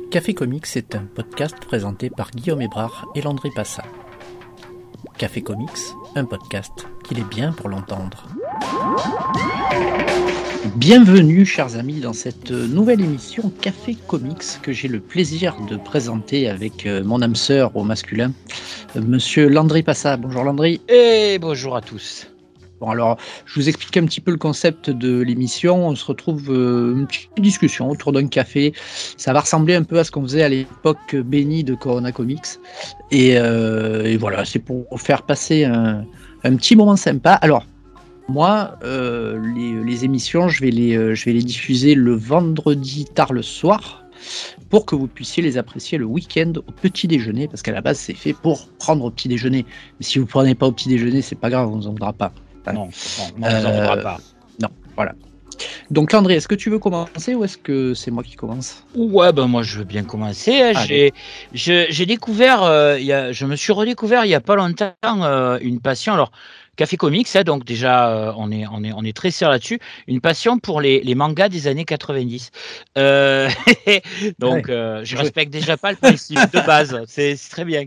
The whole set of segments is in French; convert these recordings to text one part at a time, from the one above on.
Café Comics est un podcast présenté par Guillaume Hébrard et Landry Passa. Café Comics, un podcast qu'il est bien pour l'entendre. Bienvenue, chers amis, dans cette nouvelle émission Café Comics que j'ai le plaisir de présenter avec mon âme sœur au masculin, monsieur Landry Passa. Bonjour Landry. Et bonjour à tous. Bon, alors, je vous explique un petit peu le concept de l'émission. On se retrouve une petite discussion autour d'un café. Ça va ressembler un peu à ce qu'on faisait à l'époque bénie de Corona Comics. Et voilà, c'est pour faire passer un petit moment sympa. Alors, moi, les émissions, je vais les diffuser le vendredi tard le soir pour que vous puissiez les apprécier le week-end au petit déjeuner, parce qu'à la base, c'est fait pour prendre au petit déjeuner. Mais si vous ne prenez pas au petit déjeuner, c'est pas grave, on ne vous en voudra pas. Non, on ne vous en voudra pas. Non, voilà. Donc Landry, est-ce que tu veux commencer ou est-ce que c'est moi qui commence ? Ouais, ben moi je veux bien commencer. J'ai découvert, je me suis redécouvert il y a pas longtemps une passion. Alors Café Comics, donc déjà on est très sérieux là-dessus. Une passion pour les mangas des années 90. Donc je respecte déjà pas le principe de base. C'est très bien.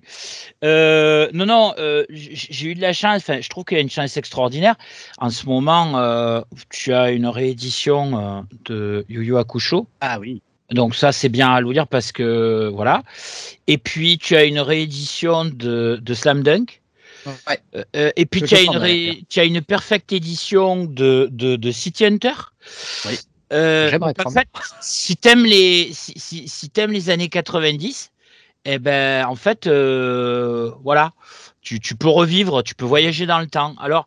J'ai eu de la chance. Enfin, je trouve qu'il y a une chance extraordinaire. En ce moment, tu as une réédition de Yu Yu Hakusho. Ah oui. Donc ça, c'est bien à le dire parce que voilà. Et puis tu as une réédition de Slam Dunk. Ouais. Et puis tu as une perfect édition de City Hunter. Oui. En fait, si t'aimes les années 90, eh ben en fait voilà, tu peux revivre, tu peux voyager dans le temps. Alors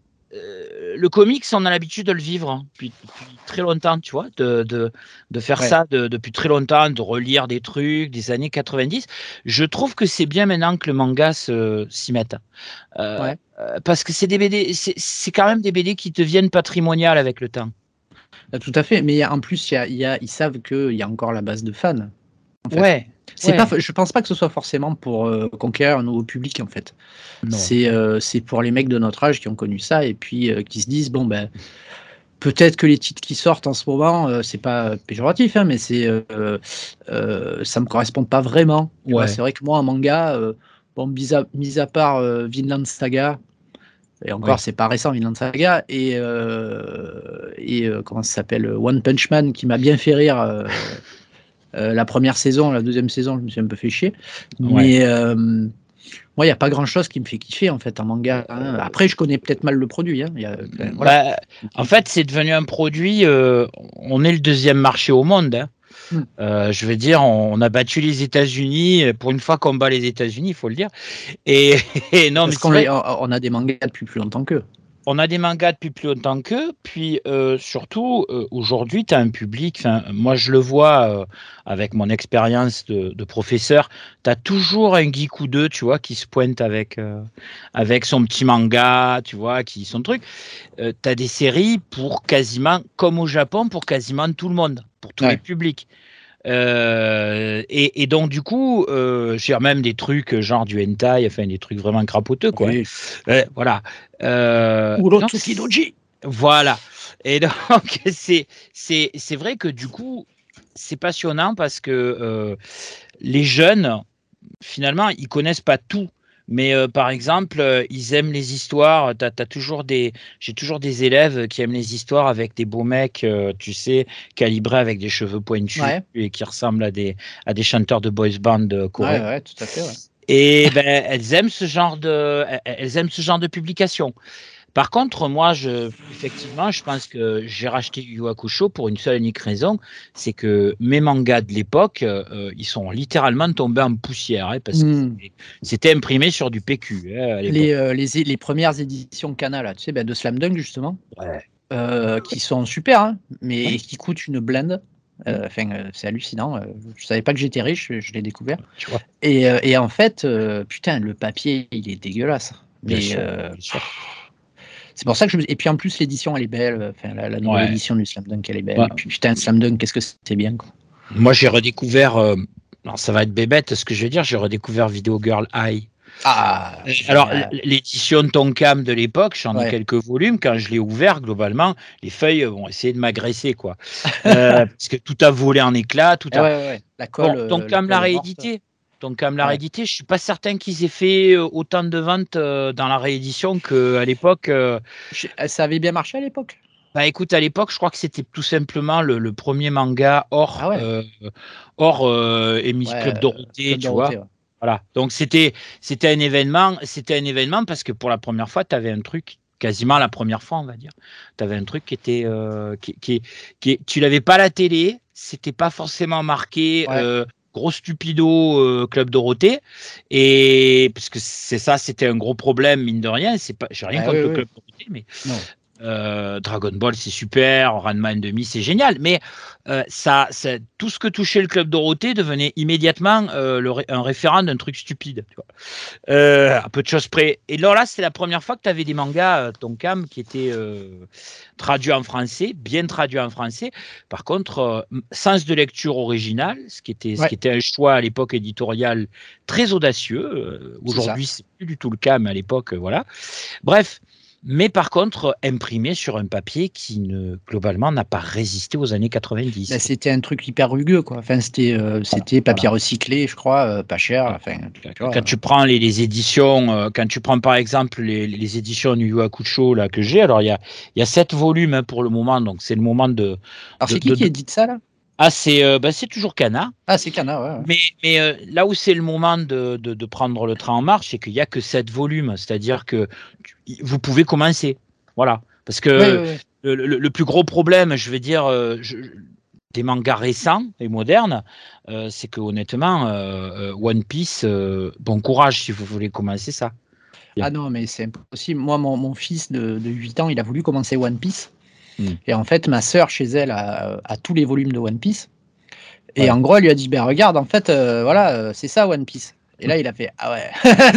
le comics, on a l'habitude de le vivre depuis très longtemps, tu vois, de faire ça depuis très longtemps, de relire des trucs des années 90. Je trouve que c'est bien maintenant que le manga s'y mette. Parce que c'est des BD, c'est quand même des BD qui deviennent patrimoniales avec le temps. Tout à fait, mais en plus, ils savent qu'il y a encore la base de fans. En fait. Je pense pas que ce soit forcément pour conquérir un nouveau public, en fait. C'est pour les mecs de notre âge qui ont connu ça et puis qui se disent, bon, ben, peut-être que les titres qui sortent en ce moment, c'est pas péjoratif, hein, mais ça me correspond pas vraiment. C'est vrai que moi, un manga, mis à part Vinland Saga, et encore, c'est pas récent, Vinland Saga, et comment ça s'appelle, One Punch Man, qui m'a bien fait rire la première saison, la deuxième saison, je me suis un peu fait chier. Mais moi, il n'y a pas grand-chose qui me fait kiffer, en fait, en manga. Hein. Après, je connais peut-être mal le produit. Hein. En fait, c'est devenu un produit, on est le deuxième marché au monde. Hein. Je veux dire, on a battu les États-Unis. Pour une fois qu'on bat les États-Unis, il faut le dire. Parce qu'on a des mangas depuis plus longtemps qu'eux. On a des mangas depuis plus longtemps qu'eux. Puis surtout, aujourd'hui, tu as un public. Moi, je le vois avec mon expérience de professeur. Tu as toujours un geek ou deux, tu vois, qui se pointe avec son petit manga, tu vois, son truc. Tu as des séries pour quasiment, comme au Japon, pour quasiment tout le monde, pour tous les publics. Et donc du coup j'ai même des trucs genre du hentai, enfin des trucs vraiment crapoteux quoi. Voilà. Urotsuki Doji. Voilà. Et donc c'est vrai que du coup c'est passionnant parce que les jeunes finalement ils connaissent pas tout. Mais par exemple, ils aiment les histoires. J'ai toujours des élèves qui aiment les histoires avec des beaux mecs, tu sais, calibrés avec des cheveux pointus et qui ressemblent à des chanteurs de boys band coréens. Ouais, tout à fait. Ouais. Et ben, elles aiment ce genre de publication. Par contre, moi, effectivement, je pense que j'ai racheté Yu Yu Hakusho pour une seule et unique raison, c'est que mes mangas de l'époque, ils sont littéralement tombés en poussière, hein, parce que c'était imprimé sur du PQ. Hein, à les premières éditions Kana, là, tu sais, de Slam Dunk, justement, qui sont super, hein, mais qui coûtent une blinde. C'est hallucinant. Je savais pas que j'étais riche, je l'ai découvert. Tu vois. Et en fait, putain, le papier, il est dégueulasse. Bien sûr. C'est pour ça que et puis en plus l'édition elle est belle, la nouvelle édition du Slam Dunk elle est belle. Et puis putain, Slam Dunk, qu'est-ce que c'était bien quoi. Moi j'ai redécouvert, alors ça va être bébête ce que je vais dire, j'ai redécouvert Video Girl High. Alors, l'édition Tonkam de l'époque, j'en ai quelques volumes. Quand je l'ai ouvert, globalement, les feuilles vont essayer de m'agresser, quoi. Parce que tout a volé en éclats. La colle. Tonkam l'a réédité. Tonkam l'a réédité. Je suis pas certain qu'ils aient fait autant de ventes dans la réédition qu'à l'époque. Ça avait bien marché à l'époque. Bah écoute, à l'époque, je crois que c'était tout simplement le premier manga hors Club Dorothée, tu vois. Voilà. Donc c'était un événement parce que pour la première fois, tu avais un truc, quasiment la première fois, on va dire. Tu avais un truc qui était tu l'avais pas à la télé, c'était pas forcément marqué gros stupido Club Dorothée, et parce que c'était un gros problème, mine de rien. C'est pas, j'ai rien contre le Club Dorothée, mais non. Dragon Ball c'est super, Ranma en demi c'est génial, mais tout ce que touchait le Club Dorothée devenait immédiatement un référent d'un truc stupide, tu vois. À peu de choses près. Et là c'est la première fois que tu avais des mangas Tonkam qui étaient traduits en français, bien traduits en français. Par contre, sens de lecture original, ce qui était un choix à l'époque éditorial très audacieux. Aujourd'hui c'est plus du tout le cas, mais à l'époque voilà. Bref. Mais par contre, imprimé sur un papier qui globalement n'a pas résisté aux années 90. Bah, c'était un truc hyper rugueux, quoi. Enfin, c'était papier recyclé, je crois, pas cher. Enfin, quand tu prends les éditions, quand tu prends par exemple les éditions Yu Yu Hakusho là que j'ai, alors il y a 7 volumes pour le moment, donc c'est le moment de. Alors c'est qui édite ça là? C'est toujours Kana. C'est Kana, ouais. Mais là où c'est le moment de prendre le train en marche, c'est qu'il n'y a que 7 volumes. C'est-à-dire que vous pouvez commencer. Voilà. Parce que le plus gros problème, je vais dire, des mangas récents et modernes, c'est que honnêtement, One Piece, bon courage si vous voulez commencer ça. Ah non, mais c'est impossible. Moi, mon fils de 8 ans, il a voulu commencer One Pice. Et en fait, ma sœur, chez elle, a tous les volumes de One Piece. Et en gros, elle lui a dit, regarde, en fait, voilà, c'est ça One Piece. Et là, il a fait, ah ouais.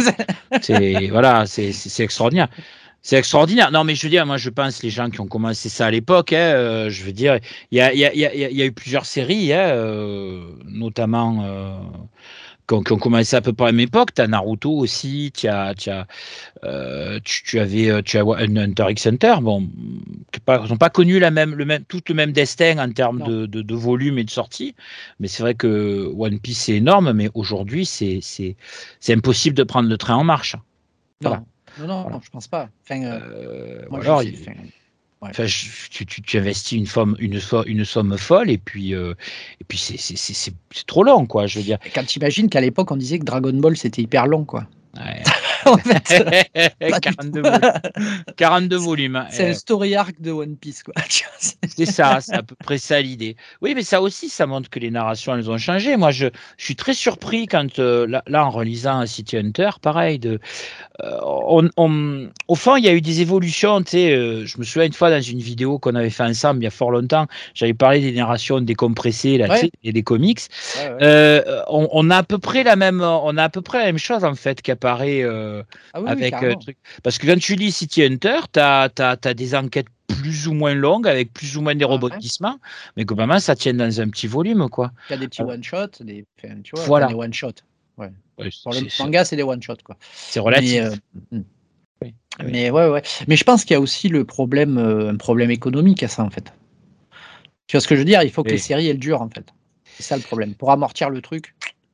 c'est extraordinaire. C'est extraordinaire. Non, mais je veux dire, moi, je pense les gens qui ont commencé ça à l'époque, je veux dire, il y a eu plusieurs séries, notamment qui ont commencé à peu près à la même époque. Tu as Naruto aussi, tu as Hunter x Hunter, bon, ils n'ont pas connu tout le même destin en termes de volume et de sortie, mais c'est vrai que One Piece c'est énorme, mais aujourd'hui c'est impossible de prendre le train en marche. Voilà. Non, je pense pas. Tu investis une somme folle et puis c'est trop long, quoi, je veux dire. Quand tu imagines qu'à l'époque on disait que Dragon Ball c'était hyper long, quoi. Ouais. En fait, 42 volumes. C'est un story arc de One Piece, quoi. C'est ça, c'est à peu près ça l'idée. Oui, mais ça aussi, ça montre que les narrations, elles ont changé. Moi, je suis très surpris quand, là, en relisant City Hunter, pareil, au fond, il y a eu des évolutions. Tu sais, je me souviens une fois dans une vidéo qu'on avait fait ensemble il y a fort longtemps, j'avais parlé des narrations décompressées là, tu sais, et des comics. On a à peu près la même chose en fait qui apparaît avec truc. Parce que quand tu lis City Hunter, t'as des enquêtes plus ou moins longues avec plus ou moins des rebondissements, mais globalement ça tient dans un petit volume, quoi. Il y a des petits one shots, tu vois, voilà. des one shots. Ouais. Pour le manga, c'est des one shots, quoi. C'est relatif. Mais ouais. Mais je pense qu'il y a aussi un problème économique à ça, en fait. Tu vois ce que je veux dire? Il faut que les séries elles durent, en fait. C'est ça le problème. Pour amortir le truc.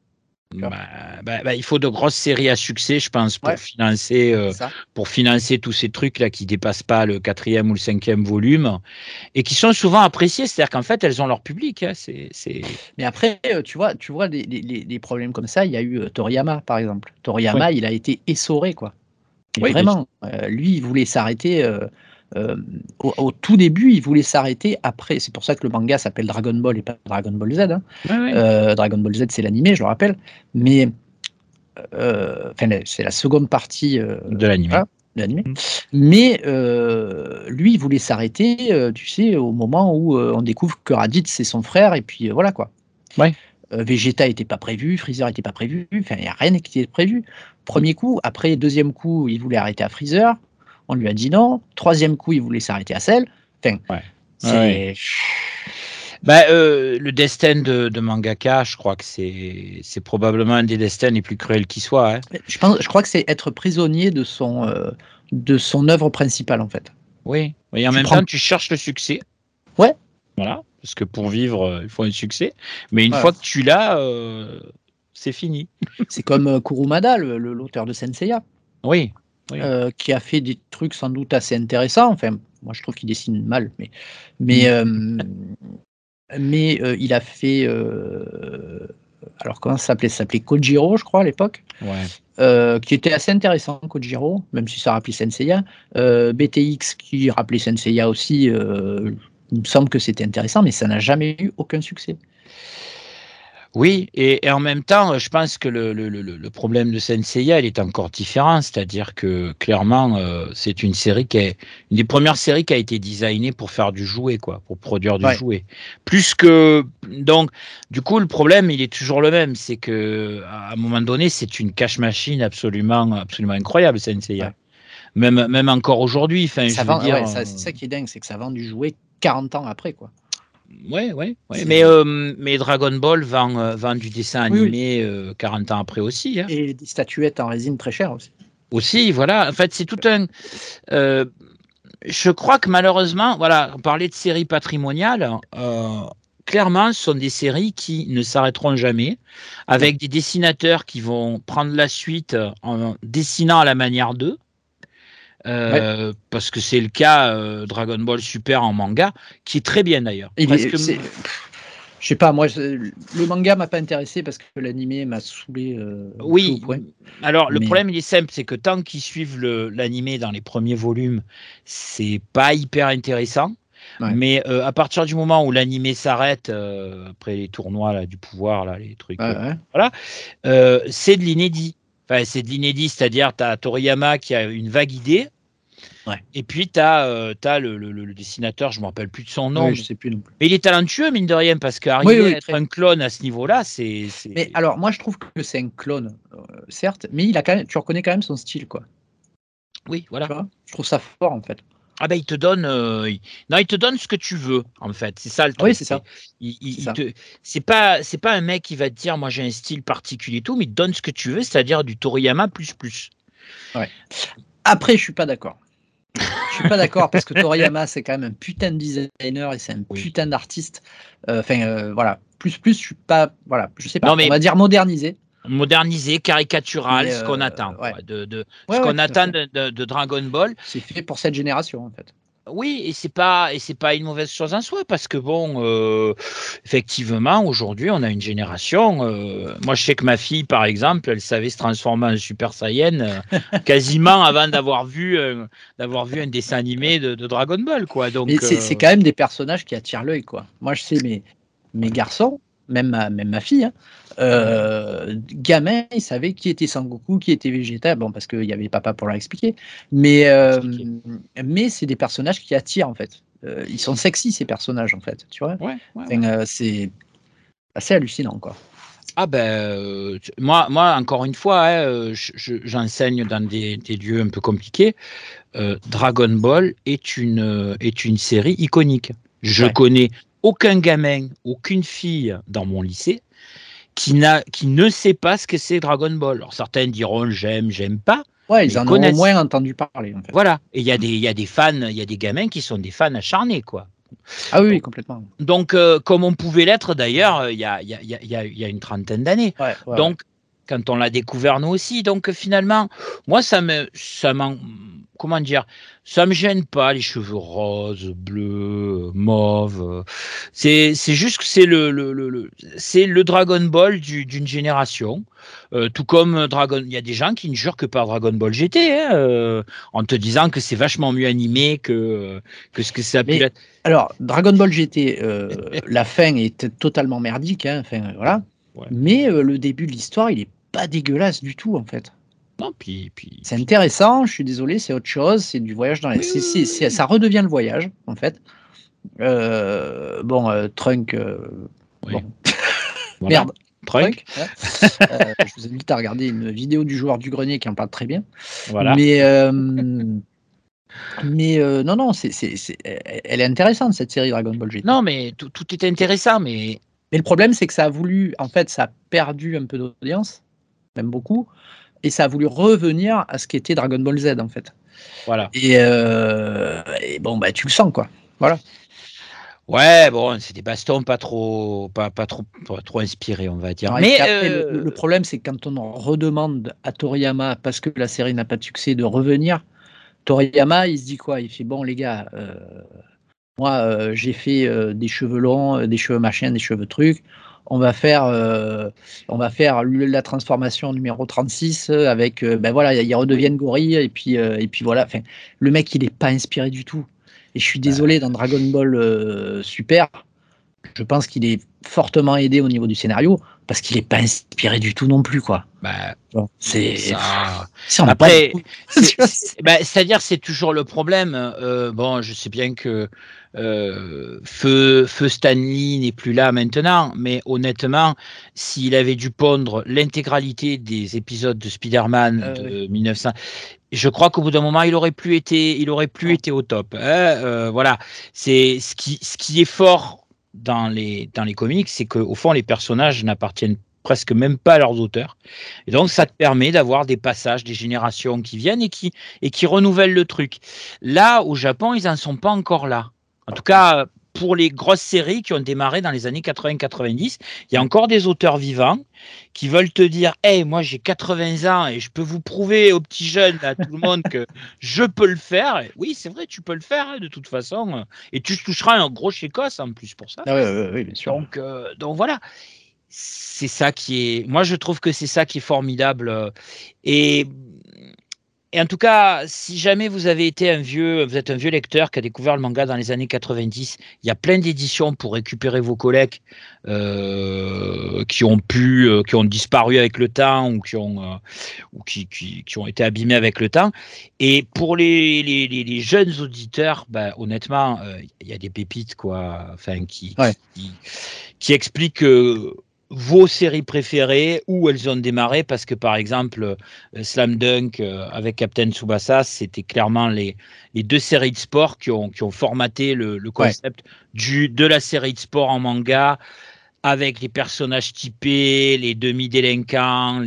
Il faut de grosses séries à succès, je pense, pour financer tous ces trucs là qui dépassent pas le 4e ou le 5e volume et qui sont souvent appréciés. C'est-à-dire qu'en fait, elles ont leur public. Hein, Mais après, tu vois des problèmes comme ça. Il y a eu Toriyama, par exemple. Toriyama, il a été essoré, quoi. Vraiment. Lui, il voulait s'arrêter. Au tout début, il voulait s'arrêter après. C'est pour ça que le manga s'appelle Dragon Ball et pas Dragon Ball Z. Hein. Dragon Ball Z, c'est l'animé, je le rappelle. Mais c'est la seconde partie de l'animé. L'animé. Mais lui, il voulait s'arrêter, tu sais, au moment où on découvre que Raditz, c'est son frère, et puis voilà, quoi. Vegeta n'était pas prévu, Freezer n'était pas prévu, enfin, il n'y a rien qui était prévu. Premier coup, après, deuxième coup, il voulait arrêter à Freezer. On lui a dit non. Troisième coup, il voulait s'arrêter à Cell. Enfin, Le destin de mangaka, je crois que c'est probablement un des destins les plus cruels qui soit. Hein. Je crois que c'est être prisonnier de son œuvre principale, en fait. Oui, et en même temps, tu cherches le succès. Ouais. Voilà, parce que pour vivre, il faut un succès. Mais une fois que tu l'as, c'est fini. C'est comme Kurumada, l'auteur de Senseiya. Oui. Qui a fait des trucs sans doute assez intéressants. Enfin, moi, je trouve qu'il dessine mal, mais il a fait. Alors, comment ça s'appelait? Ça s'appelait Kojiro, je crois, à l'époque. Ouais. Qui était assez intéressant, Kojiro, même si ça rappelait Senseiya. BTX, qui rappelait Senseiya aussi, il me semble que c'était intéressant, mais ça n'a jamais eu aucun succès. Oui, et en même temps, je pense que le problème de Senseiya, il est encore différent, c'est-à-dire que clairement, c'est une série une des premières séries qui a été designée pour faire du jouet, quoi, pour produire du jouet. Plus que donc, du coup, le problème, il est toujours le même, c'est que à un moment donné, c'est une cash machine absolument incroyable, Senseiya. Ouais. Même encore aujourd'hui, enfin, je veux dire. C'est ça qui est dingue, c'est que ça vend du jouet 40 ans après, quoi. Ouais. Mais Dragon Ball vend du dessin animé 40 ans après aussi. Hein. Et des statuettes en résine très chères aussi. Aussi, voilà. En fait, c'est tout un. Je crois que malheureusement, voilà, on parlait de séries patrimoniales. Clairement, ce sont des séries qui ne s'arrêteront jamais, avec des dessinateurs qui vont prendre la suite en dessinant à la manière d'eux. Parce que c'est le cas Dragon Ball Super en manga, qui est très bien d'ailleurs. Je sais pas, moi, le manga m'a pas intéressé parce que l'animé m'a saoulé. Oui, alors le problème il est simple, c'est que tant qu'ils suivent l'animé dans les premiers volumes, c'est pas hyper intéressant. Ouais. Mais à partir du moment où l'animé s'arrête, après les tournois là, du pouvoir, là, les trucs, voilà, c'est de l'inédit. Enfin, c'est de l'inédit, c'est-à-dire tu as Toriyama qui a une vague idée. Ouais. Et puis, tu as le dessinateur, je ne me rappelle plus de son nom. Je sais plus non plus. Mais il est talentueux, mine de rien, parce qu'arriver à être un clone à ce niveau-là, c'est. Mais alors, moi, je trouve que c'est un clone, certes, mais tu reconnais quand même son style, quoi. Oui, voilà. Tu vois, je trouve ça fort, en fait. Ah ben, il te donne ce que tu veux, en fait. C'est ça le truc. Oui, c'est ça. C'est pas un mec qui va te dire, moi, j'ai un style particulier et tout, mais il te donne ce que tu veux, c'est-à-dire du Toriyama plus. Ouais. Après, je suis pas d'accord. Je suis pas d'accord parce que Toriyama c'est quand même un putain de designer et c'est un putain d'artiste. Voilà, plus je suis pas, voilà, je sais pas. On va dire modernisé, caricatural, ce qu'on attend, ce qu'on attend de Dragon Ball. C'est fait pour cette génération en fait. Oui, et c'est pas une mauvaise chose en soi parce que bon, effectivement, aujourd'hui, on a une génération. Moi, je sais que ma fille, par exemple, elle savait se transformer en Super Saiyan quasiment avant d'avoir vu un dessin animé de Dragon Ball, quoi. Donc, mais c'est quand même des personnages qui attirent l'œil, quoi. Moi, je sais mes garçons, même ma fille, hein, gamin, il savait qui était Sangoku, qui était Vegeta, bon, parce qu'il y avait papa pour leur expliquer, mais c'est des personnages qui attirent, en fait. Ils sont sexy, ces personnages, en fait, tu vois. C'est assez hallucinant, quoi. Ah ben, moi, encore une fois, j'enseigne dans des lieux un peu compliqués. Dragon Ball est une série iconique. Je connais aucun gamin, aucune fille dans mon lycée qui ne sait pas ce que c'est Dragon Ball. Alors certains diront j'aime pas. Ouais, ils en ont au moins entendu parler. En fait. Voilà. Et il y a des fans, il y a des gamins qui sont des fans acharnés, quoi. Ah oui, complètement. Donc, comme on pouvait l'être d'ailleurs, il y a une trentaine d'années. Donc, quand on l'a découvert nous aussi. Donc, finalement, moi, ça me gêne pas les cheveux roses, bleus, mauves. C'est juste que c'est le Dragon Ball d'une génération. Tout comme il y a des gens qui ne jurent que par Dragon Ball GT, en te disant que c'est vachement mieux animé que ce que ça a pu être. Alors, Dragon Ball GT, la fin est totalement merdique, hein, voilà. Ouais. Mais le début de l'histoire, il est pas dégueulasse du tout, en fait. Non, c'est intéressant, je suis désolé, c'est autre chose, c'est du voyage dans ça redevient le voyage, en fait. Trunk... Bon. Voilà. Merde. Trunk. Je vous invite à regarder une vidéo du joueur du grenier qui en parle très bien. Voilà. Mais Mais non, elle est intéressante cette série Dragon Ball GT. Non, mais tout est intéressant, mais le problème, c'est que ça a perdu un peu d'audience, même beaucoup, et ça a voulu revenir à ce qu'était Dragon Ball Z, en fait. Voilà. Et bon, bah, tu le sens, quoi. Voilà. Ouais, bon, c'est des bastons pas trop inspirés, on va dire. Alors, mais après, le problème, c'est que quand on redemande à Toriyama, parce que la série n'a pas de succès, de revenir, Toriyama, il se dit quoi? Il fait, bon, les gars, moi, j'ai fait des cheveux longs, des cheveux machin, des cheveux trucs. On va faire la transformation numéro 36 avec, ben voilà, ils redeviennent gorilles et puis voilà. Enfin, le mec, il est pas inspiré du tout. Et je suis désolé, dans Dragon Ball Super, je pense qu'il est fortement aidé au niveau du scénario parce qu'il est pas inspiré du tout non plus, quoi. C'est ça. Après, c'est-à-dire, c'est toujours le problème. Bon, je sais bien que Feu Stanley n'est plus là maintenant, mais honnêtement, s'il avait dû pondre l'intégralité des épisodes de Spider-Man de 1900, je crois qu'au bout d'un moment, il aurait plus été au top. Voilà, c'est ce qui est fort dans les comics, c'est qu'au fond, les personnages n'appartiennent presque même pas à leurs auteurs. Et donc, ça te permet d'avoir des passages, des générations qui viennent et qui renouvellent le truc. Là, au Japon, ils n'en sont pas encore là. En tout cas, pour les grosses séries qui ont démarré dans les années 80-90, il y a encore des auteurs vivants qui veulent te dire « Hey, moi j'ai 80 ans et je peux vous prouver aux petits jeunes, à tout le monde, que je peux le faire. » Oui, c'est vrai, tu peux le faire hein, de toute façon. Et tu toucheras un gros chécos en plus pour ça. Oui, bien sûr. Donc voilà. C'est ça qui est. Moi, je trouve que c'est ça qui est formidable. Et en tout cas, si jamais vous êtes un vieux lecteur qui a découvert le manga dans les années 90, il y a plein d'éditions pour récupérer vos collègues qui ont disparu avec le temps ou qui ont été abîmés avec le temps. Et pour les jeunes auditeurs, honnêtement, il y a des pépites quoi, enfin qui expliquent vos séries préférées, où elles ont démarré, parce que par exemple Slam Dunk avec Captain Tsubasa, c'était clairement les deux séries de sport qui ont formaté le concept de la série de sport en manga, avec les personnages typés, les demi-délinquants,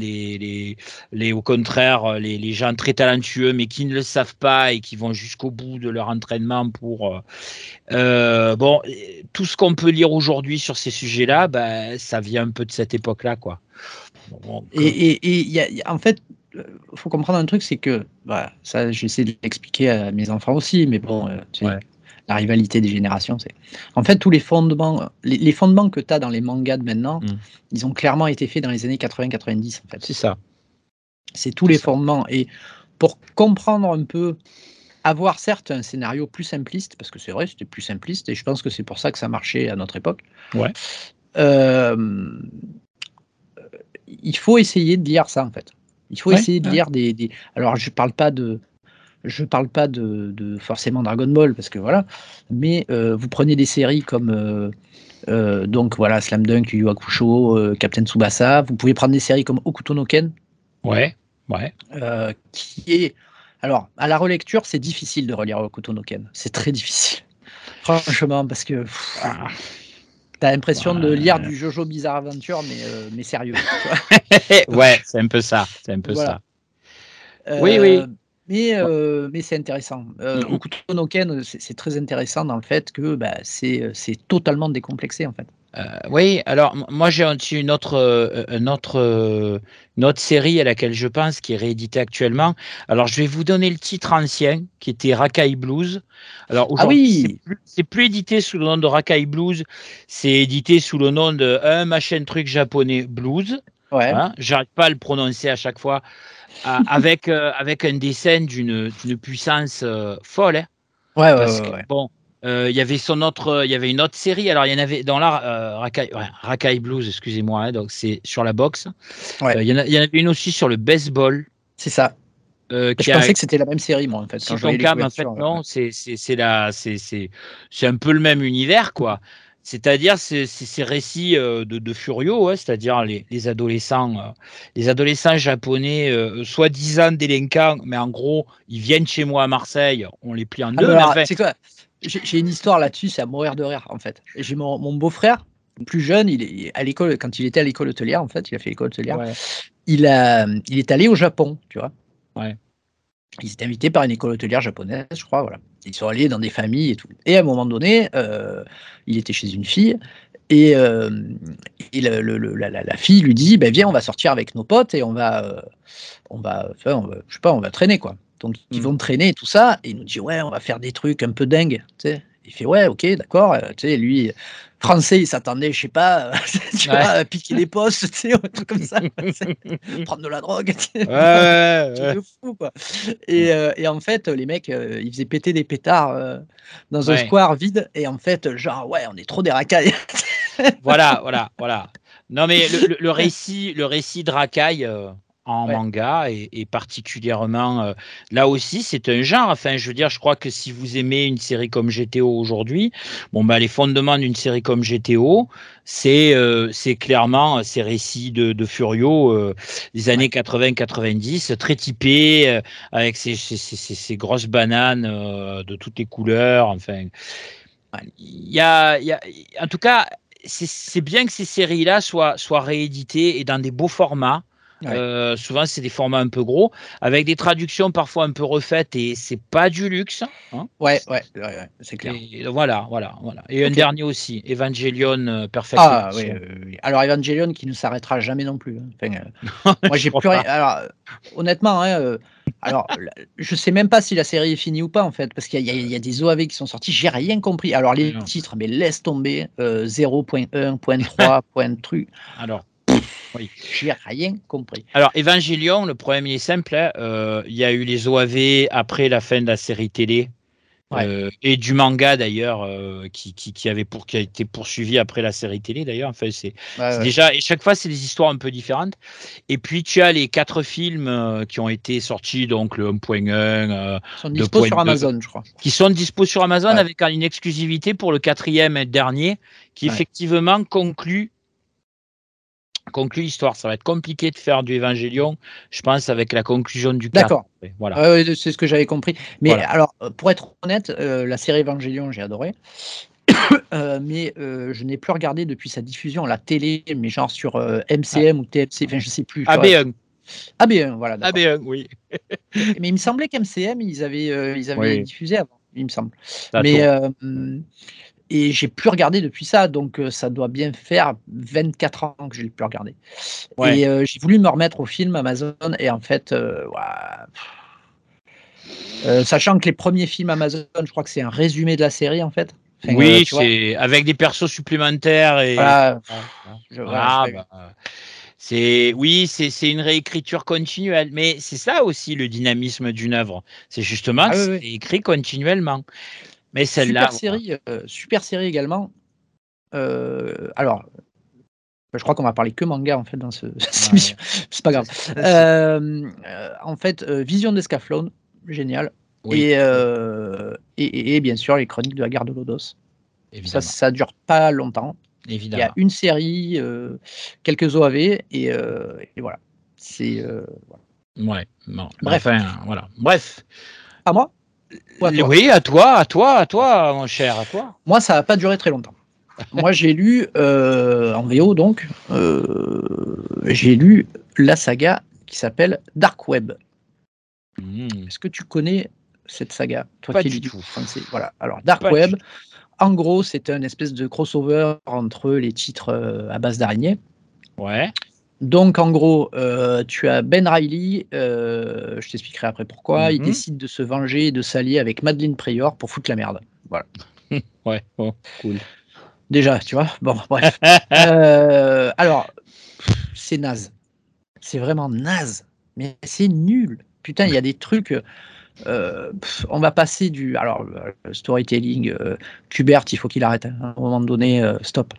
au contraire, les gens très talentueux, mais qui ne le savent pas et qui vont jusqu'au bout de leur entraînement pour... bon, tout ce qu'on peut lire aujourd'hui sur ces sujets-là, ça vient un peu de cette époque-là, quoi. Donc, et en fait, il faut comprendre un truc, c'est que, ça, j'essaie de l'expliquer à mes enfants aussi, mais bon, la rivalité des générations, c'est... En fait, tous les fondements, les fondements que tu as dans les mangas de maintenant, ils ont clairement été faits dans les années 80-90, en fait. C'est ça. C'est tous les fondements. Et pour comprendre un peu, avoir certes un scénario plus simpliste, parce que c'est vrai, c'était plus simpliste, et je pense que c'est pour ça que ça marchait à notre époque. Il faut essayer de lire ça, en fait. Il faut essayer de lire des... Alors, je parle pas de forcément Dragon Ball, parce que voilà, mais vous prenez des séries comme donc voilà, Slam Dunk, Yu Yu Hakusho, Captain Tsubasa. Vous pouvez prendre des séries comme Hokuto no Ken. Qui est... Alors, à la relecture, c'est difficile de relire Hokuto no Ken. C'est très difficile. Franchement, parce que... T'as l'impression de lire du Jojo Bizarre Adventure, mais sérieux. C'est un peu ça. Ça. Oui. Mais c'est intéressant. Hokuto no Ken, c'est très intéressant dans le fait que c'est totalement décomplexé, en fait. Oui, alors moi j'ai une autre série à laquelle je pense, qui est rééditée actuellement. Alors je vais vous donner le titre ancien, qui était Rakai Blues. Alors aujourd'hui, c'est plus édité sous le nom de Rakai Blues, c'est édité sous le nom de un machin truc japonais blues. Hein, j'arrête pas à le prononcer à chaque fois, avec un dessin d'une puissance folle. Hein, bon. Il y avait une autre série. Alors il y en avait dans Rakai Blues, excusez-moi. Hein, donc c'est sur la boxe. Il y en avait une aussi sur le baseball. C'est ça. Je pensais que c'était la même série, moi, en fait. Non, c'est un peu le même univers, quoi. C'est-à-dire ces récits de Furio, ouais, c'est-à-dire les adolescents japonais, soi-disant délinquants, mais en gros, ils viennent chez moi à Marseille, on les plie en deux. Alors, c'est quoi? J'ai une histoire là-dessus, c'est à mourir de rire, en fait. J'ai mon beau-frère, plus jeune, il est à l'école, quand il était à l'école hôtelière, en fait, il a fait l'école hôtelière. Ouais. Il est allé au Japon, tu vois. Ouais. Ils étaient invités par une école hôtelière japonaise, je crois, voilà. Ils sont allés dans des familles et tout. Et à un moment donné, il était chez une fille et la fille lui dit, viens, on va sortir avec nos potes et on va je sais pas, on va traîner, quoi. Donc ils vont traîner et tout ça, et il nous dit, ouais, on va faire des trucs un peu dingues, tu sais. Il fait, ouais, ok, d'accord. Tu sais, lui, français, il s'attendait, je sais pas, tu vois, à piquer des postes, tu sais, un truc comme ça, prendre de la drogue, tu sais, truc de fou, quoi. Et en fait, les mecs, ils faisaient péter des pétards dans un square vide, et en fait, genre, ouais, on est trop des racailles. Voilà. Non, mais le récit de racaille en manga est particulièrement là aussi, c'est un genre. Enfin, je veux dire, je crois que si vous aimez une série comme GTO aujourd'hui, les fondements d'une série comme GTO, c'est clairement ces récits de Furio des années 80-90, très typés, avec ces grosses bananes de toutes les couleurs. Enfin, il y a, en tout cas, c'est bien que ces séries-là soient rééditées et dans des beaux formats. Souvent, c'est des formats un peu gros, avec des traductions parfois un peu refaites, et c'est pas du luxe. Hein. Ouais, c'est clair. Et voilà. Et un dernier aussi, Evangelion Perfect Edition. Oui. Alors Evangelion qui ne s'arrêtera jamais non plus. Enfin, moi, j'ai plus rien. Alors, honnêtement, alors, je sais même pas si la série est finie ou pas, en fait, parce qu'il y a des OAV qui sont sortis, j'ai rien compris. Alors, les titres, mais laisse tomber, 0.1, 3, truc. Alors, oui. J'ai rien compris. Alors, Evangelion, le problème il est simple. Il y a eu les OAV après la fin de la série télé. Et du manga d'ailleurs qui a été poursuivi après la série télé d'ailleurs. Enfin, c'est déjà, et chaque fois c'est des histoires un peu différentes. Et puis tu as les 4 films qui ont été sortis, donc le 1.1 sont dispo sur Amazon, je crois, qui sont dispo sur Amazon avec une exclusivité pour le 4e et dernier qui effectivement conclut l'histoire. Ça va être compliqué de faire du Evangelion, je pense, avec la conclusion du 4. D'accord. Voilà. C'est ce que j'avais compris. Mais alors, pour être honnête, la série Evangelion, j'ai adoré. Mais je n'ai plus regardé depuis sa diffusion à la télé, mais genre sur MCM ou TFC, enfin je sais plus. AB1. AB1, voilà. AB1, oui. Mais il me semblait qu'MCM, ils avaient diffusé avant, il me semble. Et j'ai plus regardé depuis ça, donc ça doit bien faire 24 ans que je l'ai plus regardé. Et j'ai voulu me remettre au film Amazon, et en fait, sachant que les premiers films Amazon, je crois que c'est un résumé de la série, en fait. Enfin, oui, c'est avec des persos supplémentaires et c'est une réécriture continuelle, mais c'est ça aussi le dynamisme d'une œuvre. C'est justement que c'est écrit continuellement. Mais celle-là, super série également. Alors, je crois qu'on va parler que manga en fait dans cette émission. C'est pas grave. En fait, Vision d'Escaflowne, génial. Oui. Et bien sûr les Chroniques de la Gare de Lodos. Ça dure pas longtemps. Évidemment. Il y a une série, quelques OAV et voilà. C'est ouais. Non. Bref. Enfin, voilà. Bref. À moi. Oui, à toi, mon cher, à toi. Moi, ça n'a pas duré très longtemps. Moi, j'ai lu en VO, donc j'ai lu la saga qui s'appelle Dark Web. Est-ce que tu connais cette saga, toi pas qui du lis tout. Français, voilà. Alors Dark Web, en gros, c'est un espèce de crossover entre les titres à base d'araignées. Ouais. Donc en gros, tu as Ben Reilly, je t'expliquerai après pourquoi. Il décide de se venger et de s'allier avec Madeleine Pryor pour foutre la merde. Voilà. Ouais, oh, cool. Déjà, tu vois. Bon, bref. Alors, c'est naze. C'est vraiment naze. Mais c'est nul. Putain, il y a des trucs. On va passer du. Alors, storytelling, Kubert, il faut qu'il arrête. Hein. À un moment donné, stop.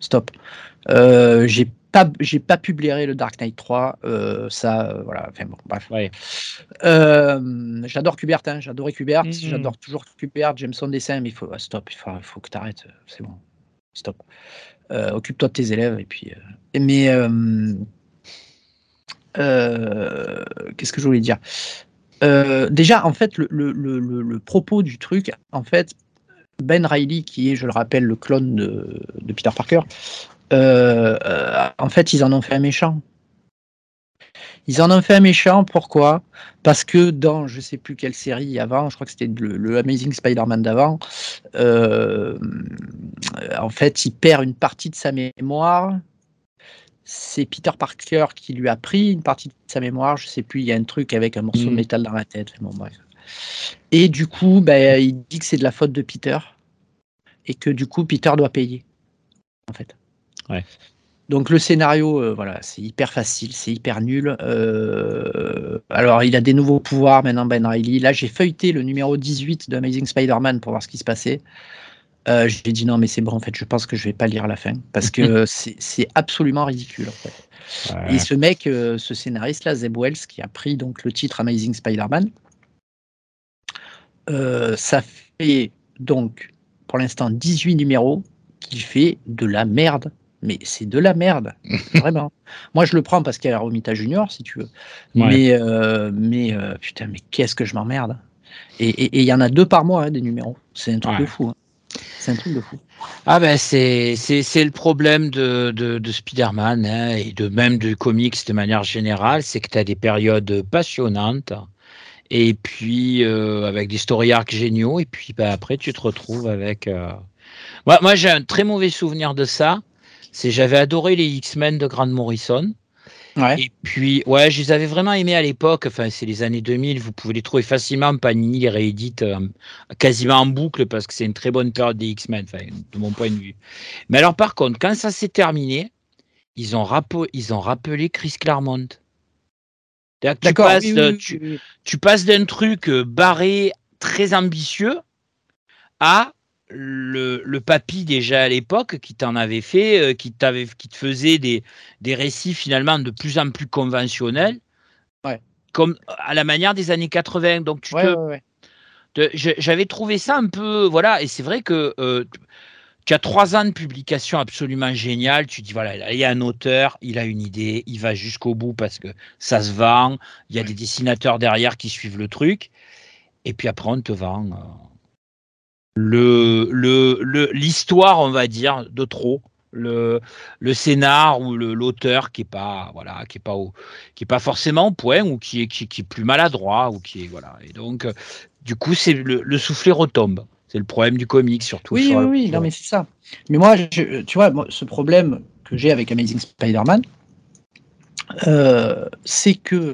J'ai pas pu blairer le Dark Knight 3. Voilà. Enfin bon, bref. Ouais. J'adore Kubert. Hein, j'adorais Kubert. J'adore toujours Kubert. J'aime son dessin, mais il faut stop. Il faut que tu arrêtes. C'est bon. stop. Occupe-toi de tes élèves et puis. Mais qu'est-ce que je voulais dire? Déjà, en fait, le propos du truc, en fait, Ben Reilly, qui est, je le rappelle, le clone de Peter Parker, en fait, ils en ont fait un méchant. Ils en ont fait un méchant, pourquoi? Parce que dans je sais plus quelle série avant, je crois que c'était le Amazing Spider-Man d'avant, en fait, il perd une partie de sa mémoire. C'est Peter Parker qui lui a pris une partie de sa mémoire, je sais plus, il y a un truc avec un morceau de métal dans la tête, bon bref. Et du coup, il dit que c'est de la faute de Peter et que du coup Peter doit payer, en fait. Ouais. Donc le scénario, voilà, c'est hyper facile, c'est hyper nul. Alors il a des nouveaux pouvoirs maintenant, Ben Reilly. Là, j'ai feuilleté le numéro 18 de Amazing Spider-Man pour voir ce qui se passait. J'ai dit non, mais c'est bon, en fait, je pense que je vais pas lire la fin parce que c'est absolument ridicule, en fait. Ouais. Et ce mec, ce scénariste-là, Zeb Wells, qui a pris donc le titre Amazing Spider-Man, ça fait donc pour l'instant 18 numéros qu'il fait de la merde. Mais c'est de la merde, vraiment. Moi, je le prends parce qu'il y a Romita Junior, si tu veux. Ouais. Mais putain, mais qu'est-ce que je m'emmerde. Et il y en a 2 par mois, hein, des numéros. C'est un truc de fou. Hein. C'est un truc de fou. Ah ben c'est le problème de Spider-Man, hein, et même de comics de manière générale, c'est que tu as des périodes passionnantes et puis avec des story arcs géniaux et puis après tu te retrouves avec... Moi j'ai un très mauvais souvenir de ça, j'avais adoré les X-Men de Grant Morrison. Ouais. Et puis, ouais, je les avais vraiment aimés à l'époque. Enfin, c'est les années 2000. Vous pouvez les trouver facilement. Panini les réédite quasiment en boucle parce que c'est une très bonne période des X-Men, de mon point de vue. Mais alors, par contre, quand ça s'est terminé, ils ont rappelé Chris Claremont. D'accord. Tu passes d'un truc barré, très ambitieux, à le papy déjà à l'époque qui t'en avait fait, qui te faisait des récits finalement de plus en plus conventionnels, ouais. Comme à la manière des années 80. Donc j'avais trouvé ça un peu, voilà, et c'est vrai que tu as 3 ans de publication absolument géniale. Tu dis voilà, il y a un auteur, il a une idée, il va jusqu'au bout parce que ça se vend. Il y a des dessinateurs derrière qui suivent le truc, et puis après on te vend. L'histoire, on va dire, de trop, le scénar ou l'auteur qui est pas forcément au point ou qui est plus maladroit ou qui est voilà. Et donc du coup c'est le soufflet retombe. C'est le problème du comic surtout. Oui, non mais c'est ça. Mais moi, tu vois, ce problème que j'ai avec Amazing Spider-Man, c'est que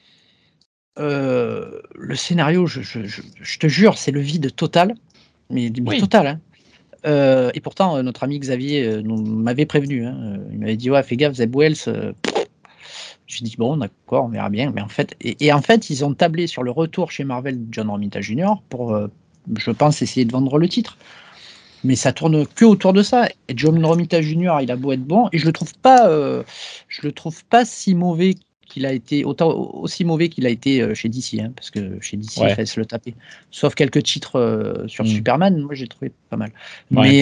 le scénario, je te jure, c'est le vide total. Mais total, hein. Et pourtant, notre ami Xavier m'avait prévenu. Hein. Il m'avait dit ouais, fais gaffe, Zeb Wells. Je dis bon, d'accord, on verra bien. Mais en fait, et en fait, ils ont tablé sur le retour chez Marvel de John Romita Jr. pour, je pense, essayer de vendre le titre. Mais ça tourne que autour de ça. Et John Romita Jr. il a beau être bon, et je le trouve pas si mauvais qu'il a été, aussi mauvais qu'il a été chez DC, hein, parce que chez DC, il fallait se le taper. Sauf quelques titres sur Superman, moi j'ai trouvé pas mal. Ouais.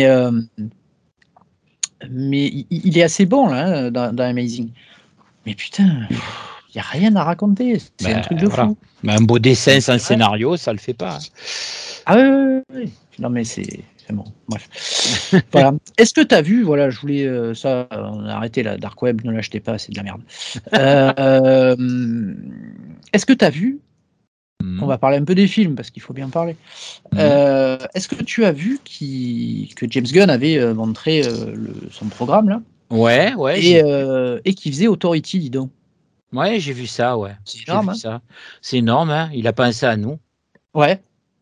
Mais il est assez bon là, dans Amazing. Mais putain, il n'y a rien à raconter. C'est un truc de fou. Mais un beau dessin sans scénario, ça le fait pas. Ah oui. Non mais c'est bon, bref. Voilà. Est-ce que tu as vu, voilà, je voulais ça, on a arrêté la Dark Web, ne l'achetez pas, c'est de la merde. Est-ce que tu as vu, on va parler un peu des films parce qu'il faut bien parler. Est-ce que tu as vu que James Gunn avait montré son programme là? Ouais. Et qui faisait Authority, dis donc. Ouais, j'ai vu ça, ouais. C'est énorme. Ça. C'est énorme, hein. Il a pensé à nous. Ouais.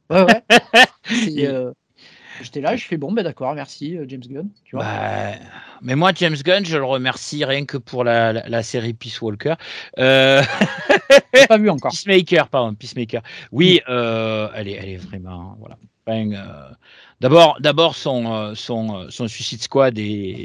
J'étais là, je fais bon, d'accord, merci James Gunn. Tu vois. Mais moi, James Gunn, je le remercie rien que pour la série Peace Walker. J'ai pas vu encore. Peacemaker. Oui, elle est vraiment voilà. D'abord son Suicide Squad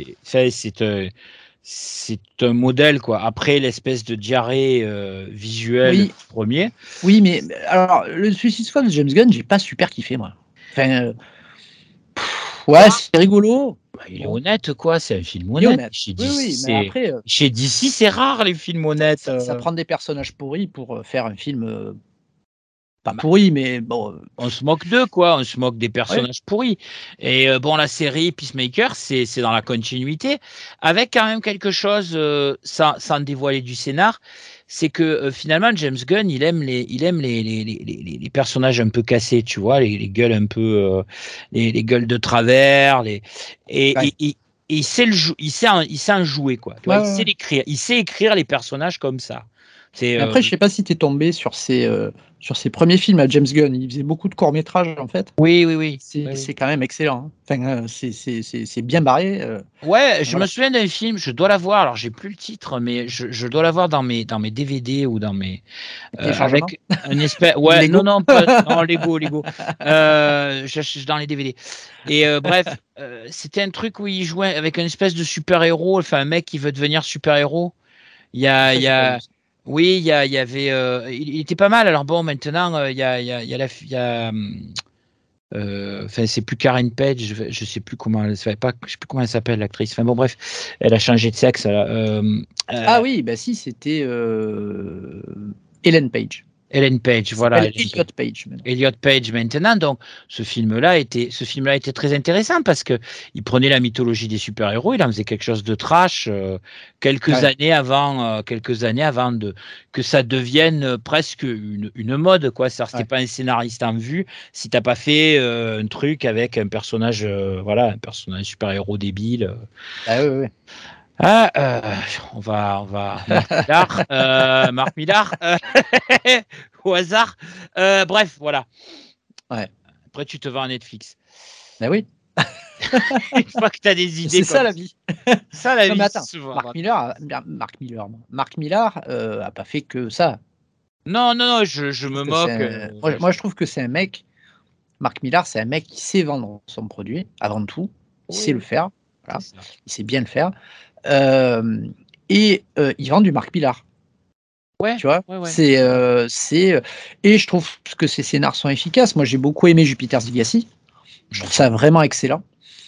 c'est un modèle quoi. Après l'espèce de diarrhée visuelle premier. Oui, mais alors le Suicide Squad de James Gunn, j'ai pas super kiffé moi. Enfin. Ouais, c'est rigolo. Il est honnête, quoi. C'est un film honnête. Chez DC, mais après, chez DC, c'est rare les films honnêtes. Ça prend des personnages pourris pour faire un film pas pourri, mais bon. On se moque d'eux, quoi. On se moque des personnages pourris. Et bon, la série Peacemaker, c'est dans la continuité, avec quand même quelque chose, sans dévoiler du scénar, c'est que finalement James Gunn, il aime les personnages un peu cassés, tu vois, les gueules un peu, les gueules de travers, et il sait en jouer, quoi. Tu vois, il sait l'écrire, il sait écrire les personnages comme ça. Après, je sais pas si tu es tombé sur ses premiers films à James Gunn. Il faisait beaucoup de courts-métrages, en fait. Oui. C'est quand même excellent. Hein. Enfin, c'est bien barré. Ouais, je me souviens d'un film, je dois l'avoir, alors j'ai plus le titre, mais je dois l'avoir dans mes DVD ou dans mes... avec un espèce... Ouais, non, non, Lego. Je dans les DVD. Et bref, c'était un truc où il jouait avec une espèce de super-héros, enfin un mec qui veut devenir super-héros. Oui, il y avait... il était pas mal. Alors bon, maintenant, il y a enfin, c'est plus Karen Page, je sais plus comment elle s'appelle l'actrice. Enfin bon, bref, elle a changé de sexe. Ah oui, bah si, c'était Ellen Page. Ellen Page, voilà. Elliot Page maintenant. Donc, ce film-là était très intéressant parce que il prenait la mythologie des super-héros, il en faisait quelque chose de trash quelques années avant que ça devienne presque une mode, quoi. Ça, c'était pas un scénariste en vue si t'as pas fait un truc avec un personnage, un personnage super-héros débile. On va Marc Millar au hasard. Bref, voilà. Ouais. Après, tu te vas à Netflix. Ben oui. Une fois que tu as des idées. C'est ça la vie. Ça la vie. Attends, souvent. Marc Millar a pas fait que ça. Non, je me moque. Moi, je trouve que c'est un mec. Marc Millar, c'est un mec qui sait vendre son produit avant tout. Il sait le faire. Voilà. Il sait bien le faire. Et il vend du Marc Millar. Ouais, tu vois, c'est et je trouve que ces scénars sont efficaces. Moi, j'ai beaucoup aimé Jupiter's Legacy. Je trouve ça vraiment excellent.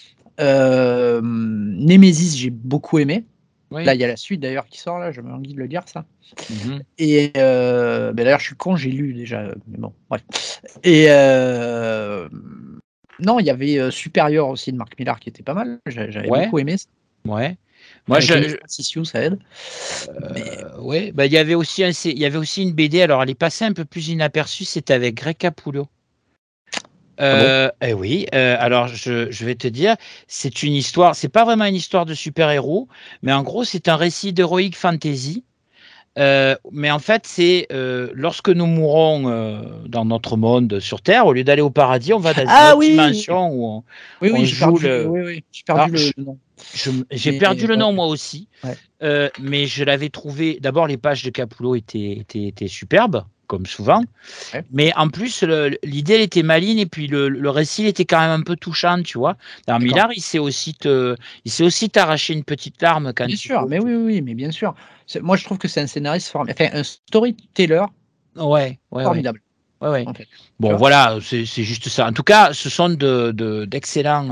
Nemesis, j'ai beaucoup aimé. Là, il y a la suite d'ailleurs qui sort. Là, je me envie de le dire ça. Et d'ailleurs, je suis con, j'ai lu déjà. Mais bon, bref. Et non, il y avait Superior aussi de Marc Millar qui était pas mal. J'avais beaucoup aimé ça. Ouais. Moi, ça aide. Il y avait aussi une BD. Alors, elle est passée un peu plus inaperçue. C'était avec Greg Capullo. Oui. Alors, je vais te dire, c'est une histoire. C'est pas vraiment une histoire de super-héros, mais en gros, c'est un récit d'heroic fantasy. Mais en fait, c'est lorsque nous mourrons dans notre monde sur Terre, au lieu d'aller au paradis, on va dans une dimension où on joue j'ai perdu le nom. J'ai perdu le nom moi aussi, mais je l'avais trouvé. D'abord, les pages de Capullo étaient superbes, comme souvent. Mais en plus, l'idée elle était maligne et puis le récit était quand même un peu touchant, tu vois. Dans Millar, il sait aussi t'arracher une petite larme quand. Bien sûr, mais oui, mais bien sûr. Moi, je trouve que c'est un scénariste formidable, enfin un storyteller. Formidable. Ouais. En fait, bon, voilà, c'est juste ça. En tout cas, ce sont d'excellents.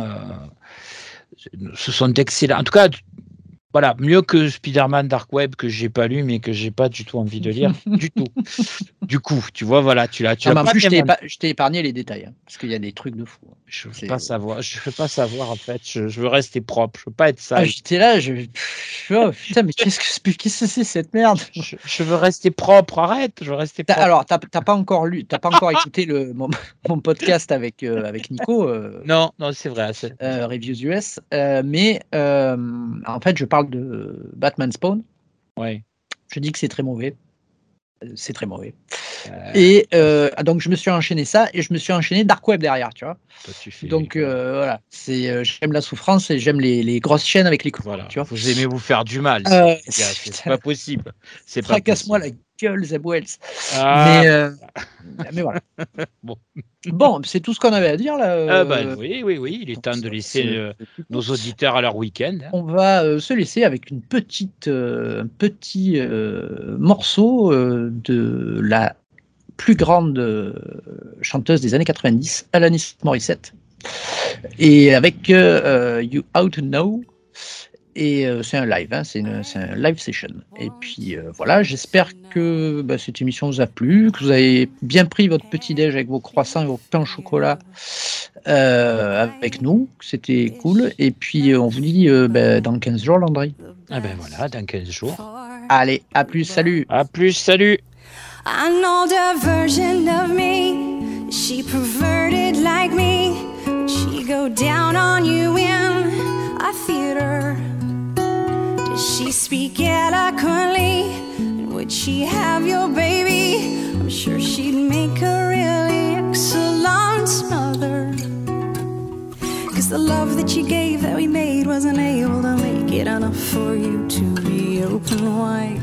En tout cas, voilà, mieux que Spider-Man Dark Web que j'ai pas lu, mais que j'ai pas du tout envie de lire du tout. Du coup, tu vois, voilà, tu l'as. En plus, je t'ai épargné les détails, hein, parce qu'il y a des trucs de fou. Je veux pas savoir. Je veux pas savoir en fait. Je veux rester propre. Je veux pas être sale. J'étais là, oh, putain, mais qu'est-ce que c'est cette merde? Je veux rester propre. Arrête. Je veux rester propre. Alors, t'as pas encore écouté mon podcast avec Nico. Non, c'est vrai. Reviews US, mais en fait, je parle de Batman Spawn. Ouais. Je dis que c'est très mauvais. C'est très mauvais. Et donc, je me suis enchaîné ça et je me suis enchaîné Dark Web derrière, tu vois. Donc, voilà. J'aime la souffrance et j'aime les grosses chaînes avec les coups. Voilà. Tu vois. Vous aimez vous faire du mal. C'est pas possible. Fracasse-moi la gueule, Zeb Wells. Mais voilà. Bon, c'est tout ce qu'on avait à dire là. Oui, il est temps de laisser nos auditeurs à leur week-end. Hein. On va se laisser avec un petit morceau de la plus grande chanteuse des années 90, Alanis Morissette, Et avec You Out to Know. Et c'est un live, hein, c'est un live session. Et puis voilà, j'espère que cette émission vous a plu, que vous avez bien pris votre petit-déj avec vos croissants et vos pains au chocolat avec nous. C'était cool. Et puis on vous dit dans 15 jours, Landry. Ah ben voilà, dans 15 jours. Allez, à plus, salut. À plus, salut. An older version of me, she perverted like me, but she go down on you in a theater. Does she speak eloquently? And would she have your baby? I'm sure she'd make a really excellent mother. 'Cause the love that you gave that we made wasn't able to make it enough for you to be open wide.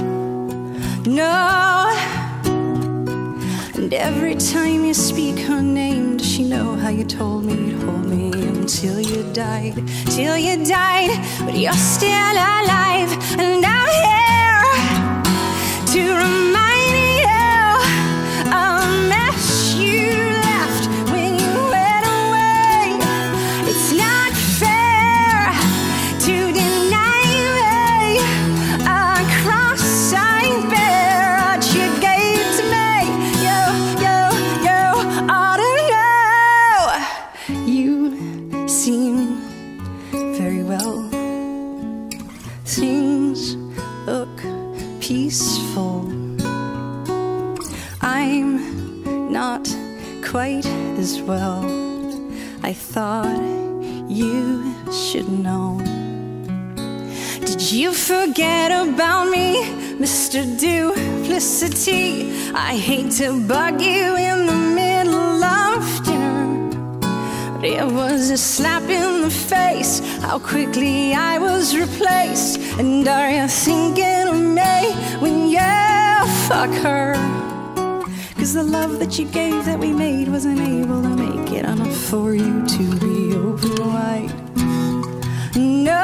No. And every time you speak her name, does she know how you told me you'd hold me until you died? Till you died, but you're still alive, and I'm here to remind you of the mess you left when you went away. It's not fair to deny me a cross I bear what you gave to me. You ought to know. You seem very well. Things look peaceful. I'm not quite as well. I thought you should know. Did you forget about me, Mr. Duplicity? I hate to bug you in the middle of dinner, but it was a slap in the face how quickly I was replaced. And are you thinking of me when you fuck her? 'Cause the love that you gave that we made wasn't able to make it enough for you to be open wide. No.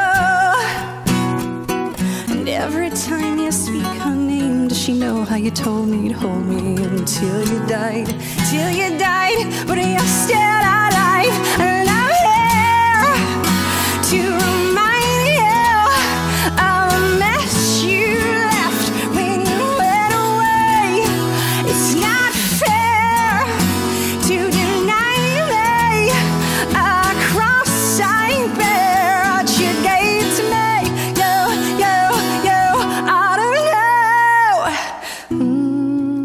And every time you speak her name, does she know how you told me you'd hold me until you died? Till you died, but you're still alive, and I'm here to remind you of the mess you left when you went away. It's not fair to deny me a cross I bear what you gave to me. You ought to know.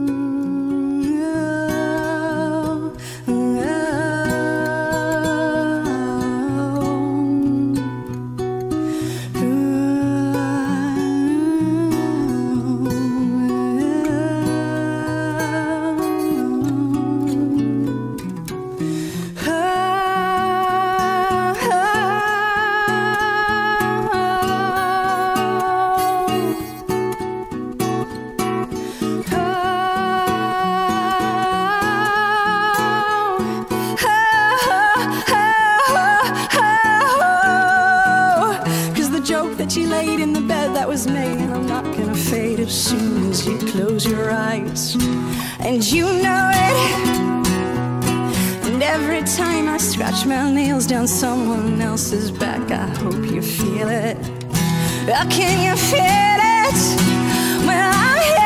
As soon as you close your eyes, and you know it. And every time I scratch my nails down someone else's back, I hope you feel it. Can you feel it? Well, I'm here